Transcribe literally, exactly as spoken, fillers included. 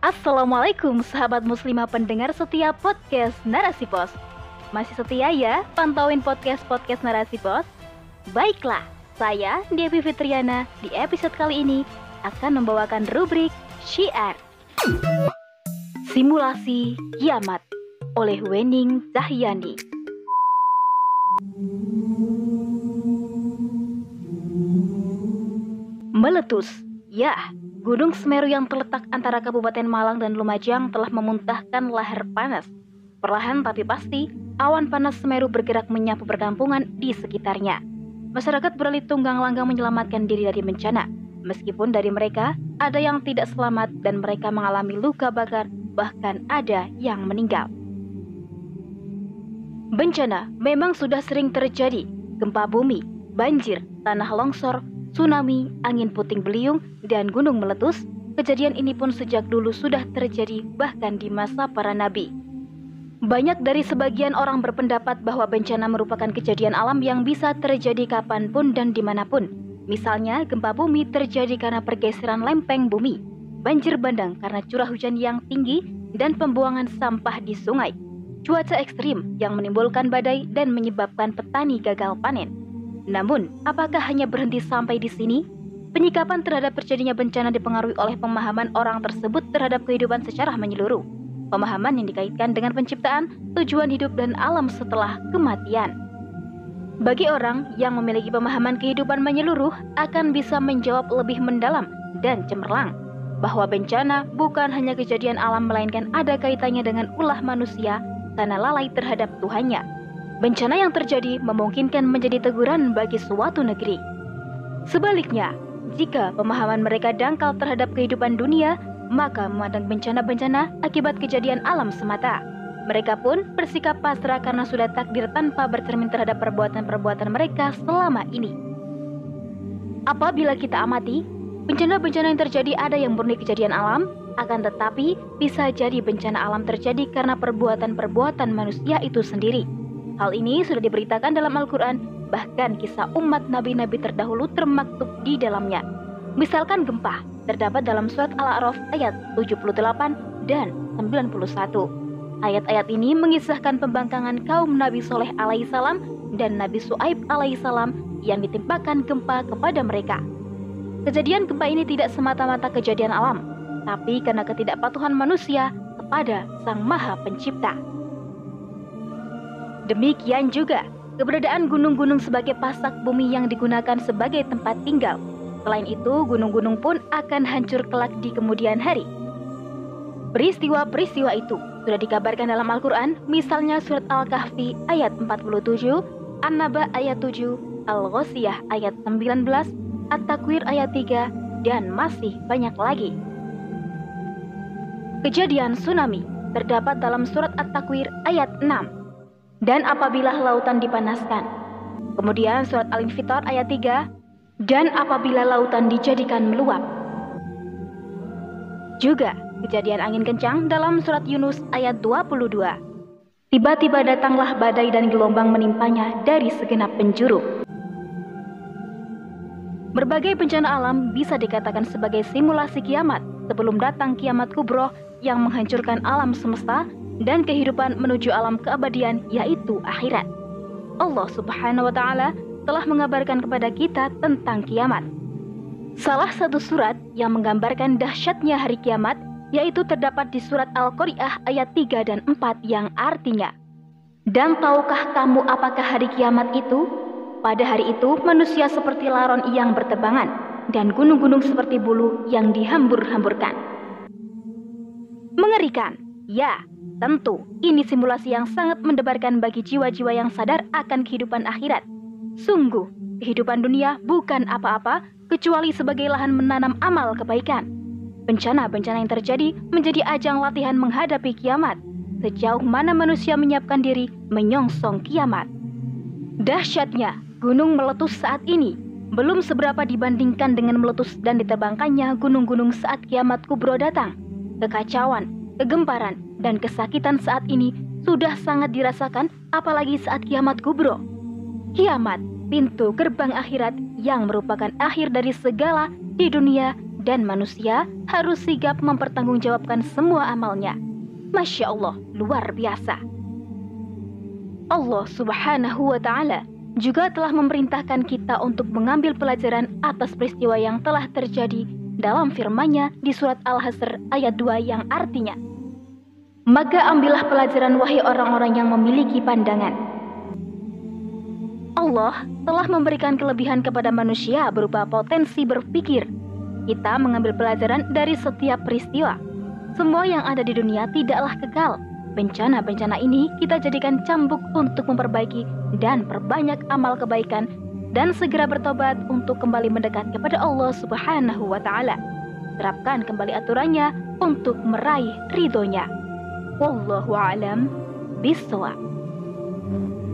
Assalamualaikum sahabat muslimah pendengar setia podcast Narasi Pos. Masih setia ya pantauin podcast-podcast Narasi Pos? Baiklah, saya Devi Fitriana di episode kali ini akan membawakan rubrik Syiar Simulasi Kiamat oleh Wening Cahyani. Meletus, ya. Gunung Semeru yang terletak antara Kabupaten Malang dan Lumajang telah memuntahkan lahar panas. Perlahan tapi pasti, awan panas Semeru bergerak menyapu perkampungan di sekitarnya. Masyarakat beralih tunggang langgang menyelamatkan diri dari bencana. Meskipun dari mereka, ada yang tidak selamat dan mereka mengalami luka bakar, bahkan ada yang meninggal. Bencana memang sudah sering terjadi. Gempa bumi, banjir, tanah longsor, tsunami, angin puting beliung, dan gunung meletus. Kejadian ini pun sejak dulu sudah terjadi bahkan di masa para nabi. Banyak dari sebagian orang berpendapat bahwa bencana merupakan kejadian alam yang bisa terjadi kapanpun dan dimanapun. Misalnya gempa bumi terjadi karena pergeseran lempeng bumi, banjir bandang karena curah hujan yang tinggi, dan pembuangan sampah di sungai. Cuaca ekstrim yang menimbulkan badai dan menyebabkan petani gagal panen. Namun, apakah hanya berhenti sampai di sini? Penyikapan terhadap terjadinya bencana dipengaruhi oleh pemahaman orang tersebut terhadap kehidupan secara menyeluruh. Pemahaman yang dikaitkan dengan penciptaan, tujuan hidup, dan alam setelah kematian. Bagi orang yang memiliki pemahaman kehidupan menyeluruh akan bisa menjawab lebih mendalam dan cemerlang bahwa bencana bukan hanya kejadian alam melainkan ada kaitannya dengan ulah manusia karena lalai terhadap Tuhannya. Bencana yang terjadi memungkinkan menjadi teguran bagi suatu negeri. Sebaliknya, jika pemahaman mereka dangkal terhadap kehidupan dunia, maka memandang bencana-bencana akibat kejadian alam semata. Mereka pun bersikap pasrah karena sudah takdir tanpa bercermin terhadap perbuatan-perbuatan mereka selama ini. Apabila kita amati, bencana-bencana yang terjadi ada yang murni kejadian alam, akan tetapi bisa jadi bencana alam terjadi karena perbuatan-perbuatan manusia itu sendiri. Hal ini sudah diberitakan dalam Al-Quran, bahkan kisah umat nabi-nabi terdahulu termaktub di dalamnya. Misalkan gempa, terdapat dalam surat Al-A'raf ayat tujuh puluh delapan dan sembilan puluh satu. Ayat-ayat ini mengisahkan pembangkangan kaum Nabi Soleh alaihissalam dan Nabi Su'aib alaihissalam yang ditimpakan gempa kepada mereka. Kejadian gempa ini tidak semata-mata kejadian alam, tapi karena ketidakpatuhan manusia kepada Sang Maha Pencipta. Demikian juga keberadaan gunung-gunung sebagai pasak bumi yang digunakan sebagai tempat tinggal. Selain itu, gunung-gunung pun akan hancur kelak di kemudian hari. Peristiwa-peristiwa itu sudah dikabarkan dalam Al-Quran, misalnya surat Al-Kahfi ayat empat puluh tujuh, An-Naba ayat tujuh, Al-Ghossiyah ayat sembilan belas, At-Takwir ayat tiga, dan masih banyak lagi. Kejadian tsunami terdapat dalam surat At-Takwir ayat enam. Dan apabila lautan dipanaskan. Kemudian surat Al-Infitar ayat tiga. Dan apabila lautan dijadikan meluap. Juga kejadian angin kencang dalam surat Yunus ayat dua puluh dua. Tiba-tiba datanglah badai dan gelombang menimpanya dari segenap penjuru. Berbagai bencana alam bisa dikatakan sebagai simulasi kiamat sebelum datang kiamat kubro yang menghancurkan alam semesta dan kehidupan menuju alam keabadian, yaitu akhirat. Allah Subhanahu wa Ta'ala telah mengabarkan kepada kita tentang kiamat. Salah satu surat yang menggambarkan dahsyatnya hari kiamat yaitu terdapat di surat Al-Qari'ah ayat tiga dan empat yang artinya, dan tahukah kamu apakah hari kiamat itu? Pada hari itu manusia seperti laron yang berterbangan dan gunung-gunung seperti bulu yang dihambur-hamburkan. Mengerikan, ya. Tentu, ini simulasi yang sangat mendebarkan bagi jiwa-jiwa yang sadar akan kehidupan akhirat. Sungguh, kehidupan dunia bukan apa-apa kecuali sebagai lahan menanam amal kebaikan. Bencana-bencana yang terjadi menjadi ajang latihan menghadapi kiamat. Sejauh mana manusia menyiapkan diri menyongsong kiamat. Dahsyatnya, gunung meletus saat ini belum seberapa dibandingkan dengan meletus dan diterbangkannya gunung-gunung saat kiamat kubro datang. Kekacauan, kegemparan, dan kesakitan saat ini sudah sangat dirasakan, apalagi saat kiamat kubro. Kiamat, pintu gerbang akhirat yang merupakan akhir dari segala di dunia dan manusia harus sigap mempertanggungjawabkan semua amalnya. Masya Allah, luar biasa. Allah Subhanahu wa Ta'ala juga telah memerintahkan kita untuk mengambil pelajaran atas peristiwa yang telah terjadi dalam firman-Nya di surat Al-Hasr ayat dua yang artinya, "Maka ambillah pelajaran wahai orang-orang yang memiliki pandangan." Allah telah memberikan kelebihan kepada manusia berupa potensi berpikir. Kita mengambil pelajaran dari setiap peristiwa. Semua yang ada di dunia tidaklah kekal. Bencana-bencana ini kita jadikan cambuk untuk memperbaiki dan perbanyak amal kebaikan dan segera bertobat untuk kembali mendekat kepada Allah Subhanahu wa Ta'ala. Terapkan kembali aturannya untuk meraih ridhonya. Wallahu a'lam bishawab.